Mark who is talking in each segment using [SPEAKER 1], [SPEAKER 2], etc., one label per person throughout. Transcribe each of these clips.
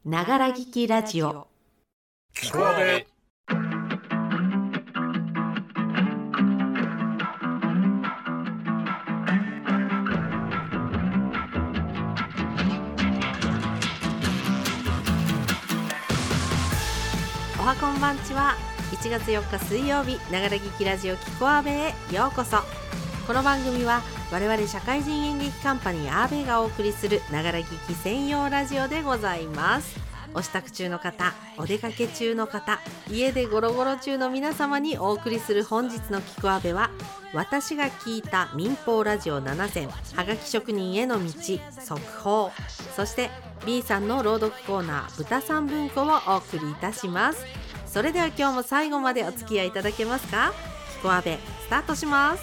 [SPEAKER 1] ながら聞きラジオ。
[SPEAKER 2] 聞こえ。
[SPEAKER 1] おはこんばんちは。1月4日水曜日、ながら聞きラジオ聞こあべへようこそ。この番組は我々社会人演劇カンパニーアーベがお送りするながら聞き専用ラジオでございます。お支度中の方、お出かけ中の方、家でゴロゴロ中の皆様にお送りする本日の聞こあべは、私が聞いた民放ラジオ7選、はがき職人への道、速報、そして B さんの朗読コーナー、豚さん文庫をお送りいたします。それでは今日も最後までお付き合いいただけますか。聞こあべスタートします。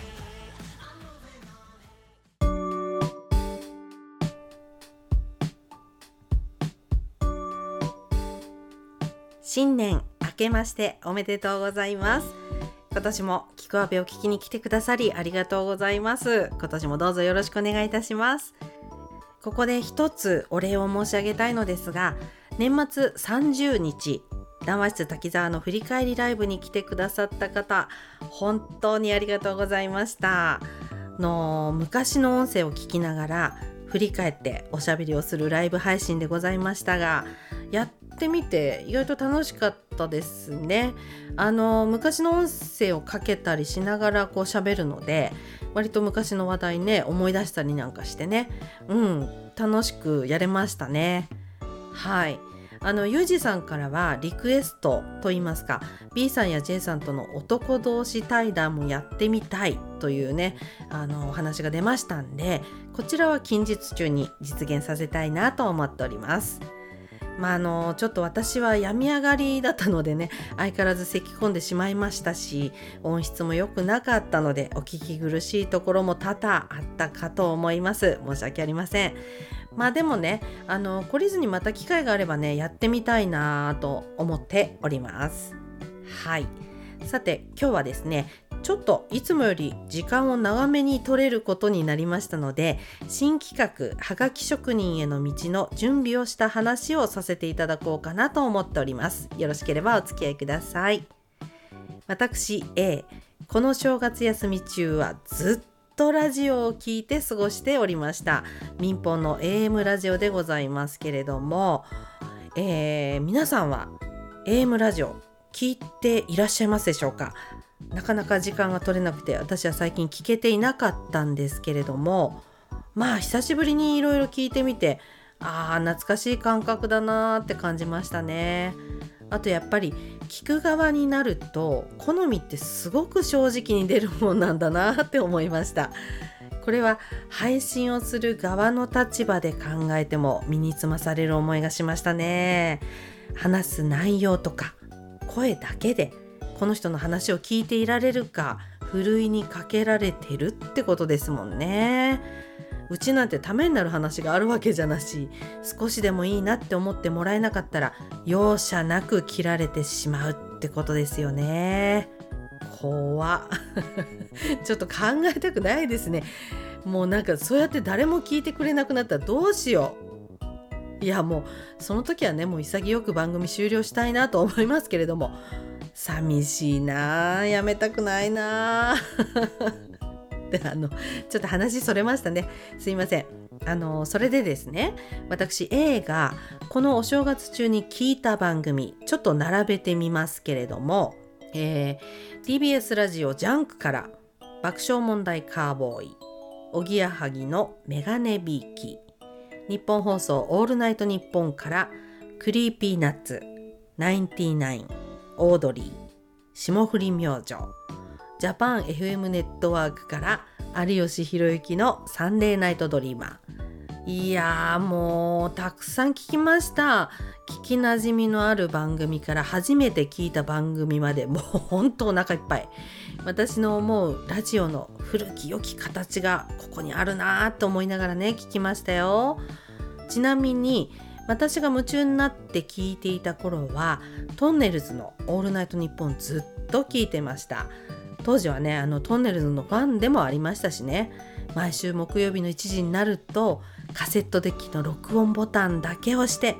[SPEAKER 1] 新年明けましておめでとうございます。今年も聞こあべを聞きに来てくださりありがとうございます。今年もどうぞよろしくお願いいたします。ここで一つお礼を申し上げたいのですが、年末30日談話室滝沢の振り返りライブに来てくださった方、本当にありがとうございました。昔の音声を聞きながら振り返っておしゃべりをするライブ配信でございましたが、やってみて意外と楽しかったですね。昔の音声をかけたりしながらこう喋るので、割と昔の話題ね思い出したりなんかしてね、楽しくやれましたね。はい。ゆうじさんからはリクエストといいますか、 B さんや J さんとの男同士対談もやってみたいというねお話が出ましたんで、こちらは近日中に実現させたいなと思っております。ちょっと私は病み上がりだったのでね、相変わらず咳き込んでしまいましたし、音質も良くなかったのでお聞き苦しいところも多々あったかと思います。申し訳ありません。でもね、懲りずにまた機会があればね、やってみたいなと思っております。はい。さて、今日はですね、ちょっといつもより時間を長めに取れることになりましたので、新企画はがき職人への道の準備をした話をさせていただこうかなと思っております。よろしければお付き合いください。私 A、この正月休み中はずっとラジオを聞いて過ごしておりました。民放の AM ラジオでございますけれども、皆さんは AM ラジオ聞いていらっしゃいますでしょうか。なかなか時間が取れなくて、私は最近聞けていなかったんですけれども、久しぶりにいろいろ聞いてみて、懐かしい感覚だなって感じましたね。あとやっぱり聞く側になると好みってすごく正直に出るもんなんだなって思いました。これは配信をする側の立場で考えても身につまされる思いがしましたね。話す内容とか声だけでこの人の話を聞いていられるか、ふるいにかけられてるってことですもんね。うちなんてためになる話があるわけじゃなし、少しでもいいなって思ってもらえなかったら容赦なく切られてしまうってことですよね。怖っちょっと考えたくないですね。もうなんかそうやって誰も聞いてくれなくなったらどうしよう。いやもうその時はね、もう潔く番組終了したいなと思いますけれども、寂しいな、やめたくないなでちょっと話それましたね。すいません。それでですね、私 A がこのお正月中に聞いた番組ちょっと並べてみますけれども、TBS ラジオジャンクから爆笑問題カーボーイ、おぎやはぎのメガネビーキ、日本放送オールナイトニッポンからクリーピーナッツ、ナインティナイン、オードリー、霜降り明星、ジャパン FM ネットワークから有吉弘行のサンデーナイトドリーマー。いやーもうたくさん聞きました。聞きなじみのある番組から初めて聞いた番組まで、もう本当お腹いっぱい。私の思うラジオの古き良き形がここにあるなと思いながらね聞きましたよ。ちなみに私が夢中になって聞いていた頃はトンネルズのオールナイトニッポンずっと聞いてました。当時はねトンネルズのファンでもありましたしね。毎週木曜日の1時になるとカセットデッキの録音ボタンだけ押して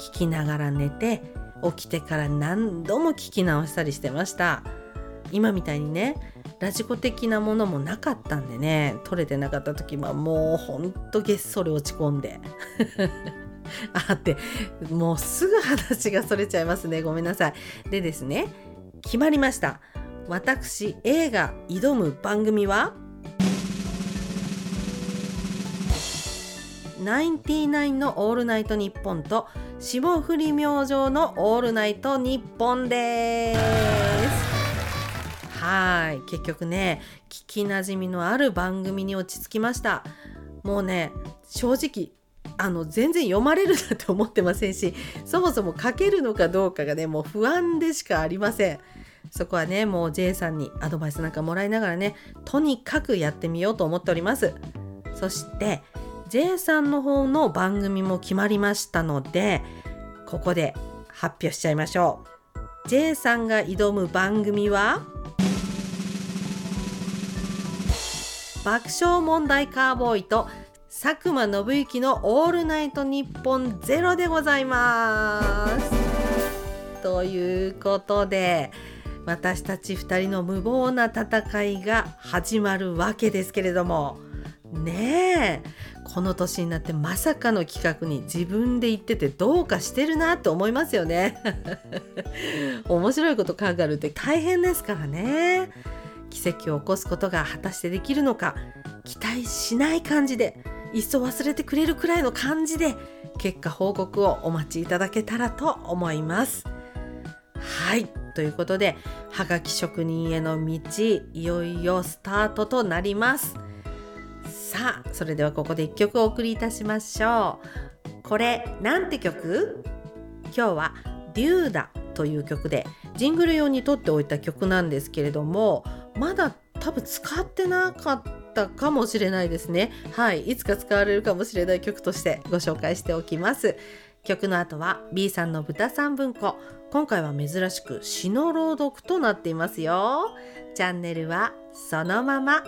[SPEAKER 1] 聞きながら寝て、起きてから何度も聞き直したりしてました。今みたいにねラジコ的なものもなかったんでね、撮れてなかった時はもうほんとげっそり落ち込んでってもうすぐ話がそれちゃいますね、ごめんなさい。でですね、決まりました。私 A が挑む番組はナインティナインのオールナイトニッポンと霜降り明星のオールナイトニッポンです。はい、結局ね聞きなじみのある番組に落ち着きました。もうね正直全然読まれるなって思ってませんし、そもそも書けるのかどうかがねもう不安でしかありません。そこはねもう J さんにアドバイスなんかもらいながらねとにかくやってみようと思っております。そしてJ さんの方の番組も決まりましたので、ここで発表しちゃいましょう。 J さんが挑む番組は爆笑問題カーボーイと佐久間信之のオールナイトニッポンゼロでございます。ということで私たち2人の無謀な戦いが始まるわけですけれどもねえ、この年になってまさかの企画に自分で言っててどうかしてるなって思いますよね面白いこと考えるって大変ですからね。奇跡を起こすことが果たしてできるのか、期待しない感じでいっそ忘れてくれるくらいの感じで結果報告をお待ちいただけたらと思います。はい、ということではがき職人への道いよいよスタートとなります。さあそれではここで1曲お送りいたしましょう。これなんて曲？今日はデューダという曲でジングル用に撮っておいた曲なんですけれども、まだ多分使ってなかったかもしれないですね。はい、いつか使われるかもしれない曲としてご紹介しておきます。曲の後は B さんの豚さん文庫、今回は珍しく詩の朗読となっていますよ。チャンネルはそのまま。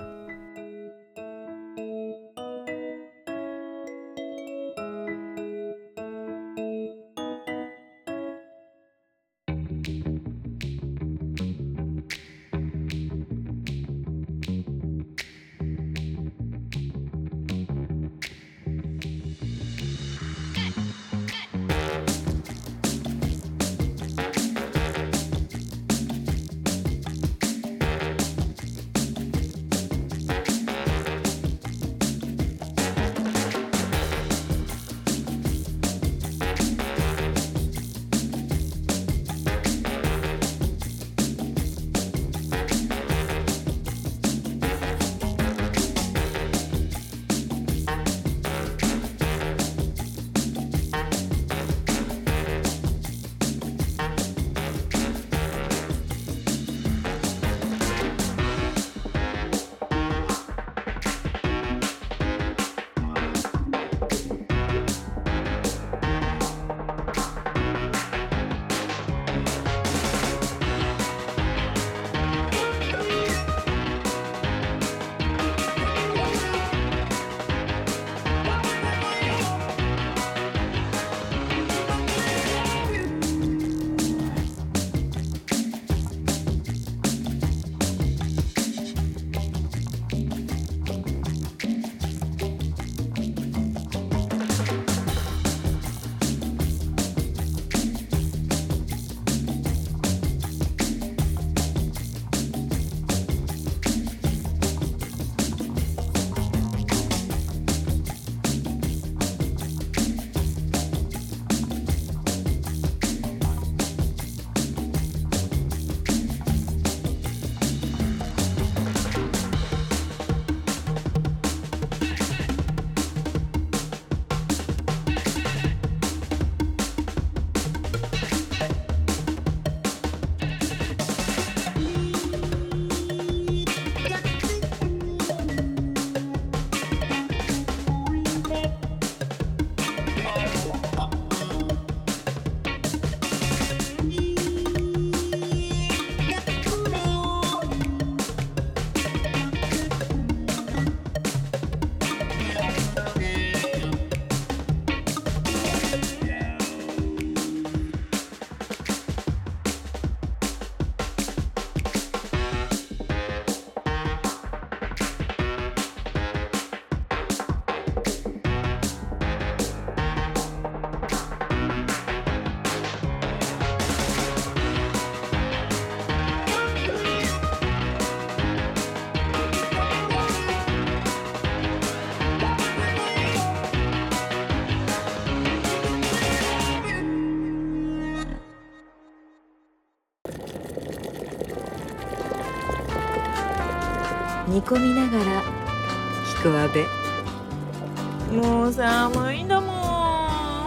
[SPEAKER 3] 煮込みながら聞くわべ。もう寒いんだもん。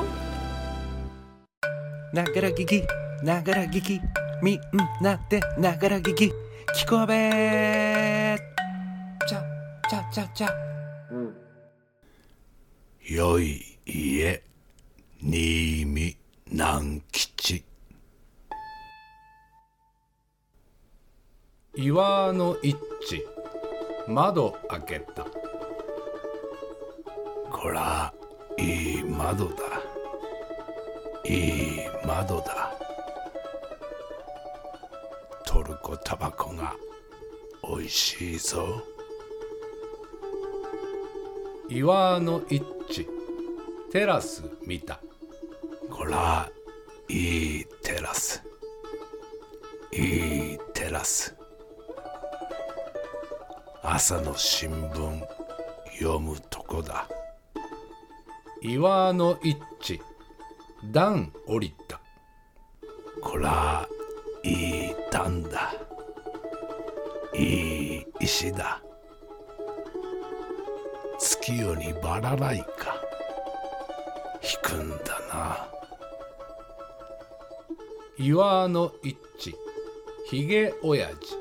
[SPEAKER 2] ながら聞きながら聞き、みんなでながら聞き、聞こえべちゃちゃちゃちゃ。よい家新見南吉。
[SPEAKER 4] 岩の一致、窓開けた。
[SPEAKER 2] こらいい窓だ、いい窓だ。トルコタバコがおいしいぞ。
[SPEAKER 4] 岩の一致、テラス見た。
[SPEAKER 2] こらいいテラス、いいテラス。朝の新聞読むとこだ。
[SPEAKER 4] 岩の一致、段降りた。
[SPEAKER 2] こらいい段だ、いい石だ。月夜にバラライカ弾くんだな。
[SPEAKER 4] 岩の一致、ひげおやじ。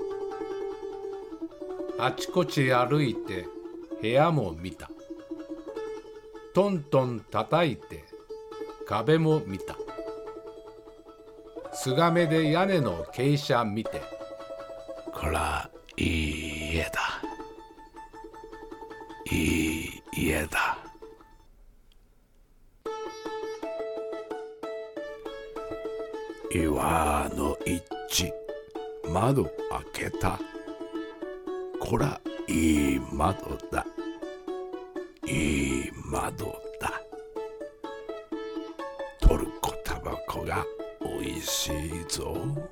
[SPEAKER 4] あちこち歩いて部屋も見た。トントン叩いて壁も見た。すがめで屋根の傾斜見て。
[SPEAKER 2] こらいい家だ、いい家だ。岩の一致、窓開けた。こらいい窓だ、いい窓だ。トルコタバコがおいしいぞ。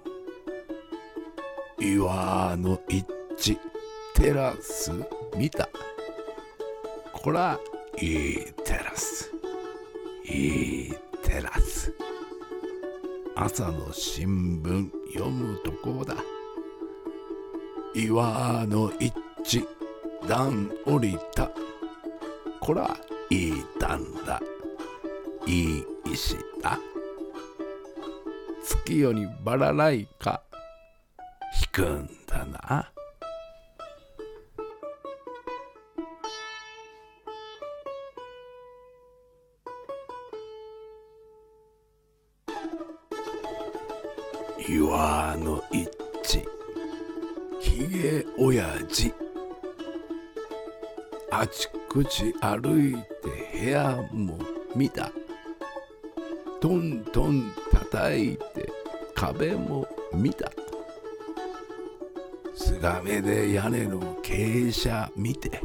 [SPEAKER 2] 岩の一致、テラス見た。こらいいテラス、いいテラス。朝の新聞読むとこだ。岩の一致、段降りた。こらいい段だ、いい石だ。月夜にバラライカ弾くんだな。岩の一致、ひげおやじ。あちこち歩いて部屋も見た。トントン叩いて壁も見た。すがめで屋根の傾斜見て。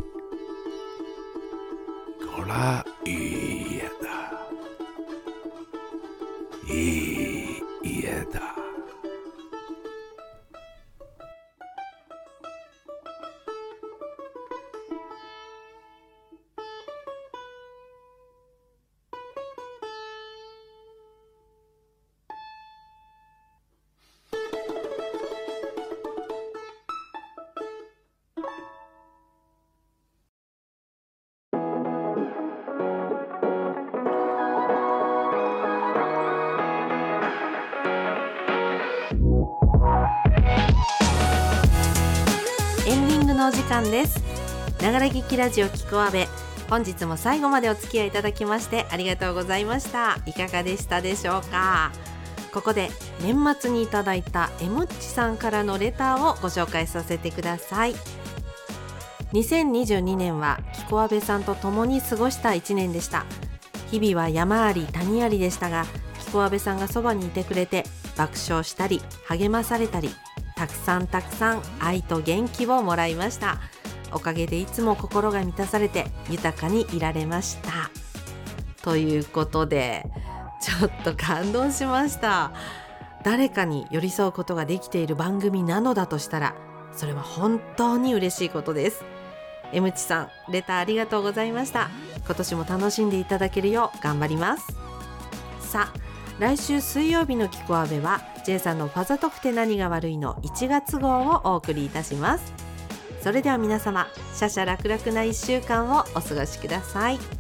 [SPEAKER 2] こらいい家だ、いい家だ。
[SPEAKER 1] エンディングのお時間です。ながら聞きラジオきこあべ、本日も最後までお付き合いいただきましてありがとうございました。いかがでしたでしょうか。ここで年末にいただいたえもっちさんからのレターをご紹介させてください。2022年はきこあべさんと共に過ごした1年でした。日々は山あり谷ありでしたが、きこあべさんがそばにいてくれて爆笑したり励まされたり、たくさん愛と元気をもらいました。おかげでいつも心が満たされて豊かにいられました。ということで、ちょっと感動しました。誰かに寄り添うことができている番組なのだとしたら、それは本当に嬉しいことです。えむちさん、レターありがとうございました。今年も楽しんでいただけるよう頑張ります。さあ、来週水曜日のきこあべは J さんのファザとくて何が悪いの1月号をお送りいたします。 それでは皆様、シャシャ楽々な1週間をお過ごしください。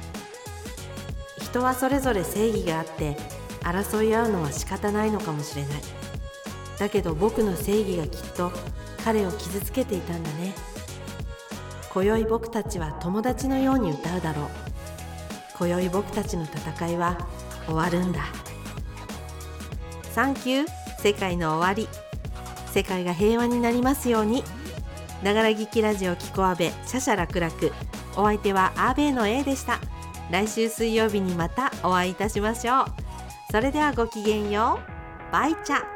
[SPEAKER 1] 人はそれぞれ正義があって争い合うのは仕方ないのかもしれない。だけど僕の正義がきっと彼を傷つけていたんだね。今宵僕たちは友達のように歌うだろう。今宵僕たちの戦いは終わるんだ。サンキュー、世界の終わり。世界が平和になりますように。ながら聞きラジオキコアベ、シャシャ楽々。お相手はアーベイの A でした。来週水曜日にまたお会いいたしましょう。それではごきげんよう。バイチャ。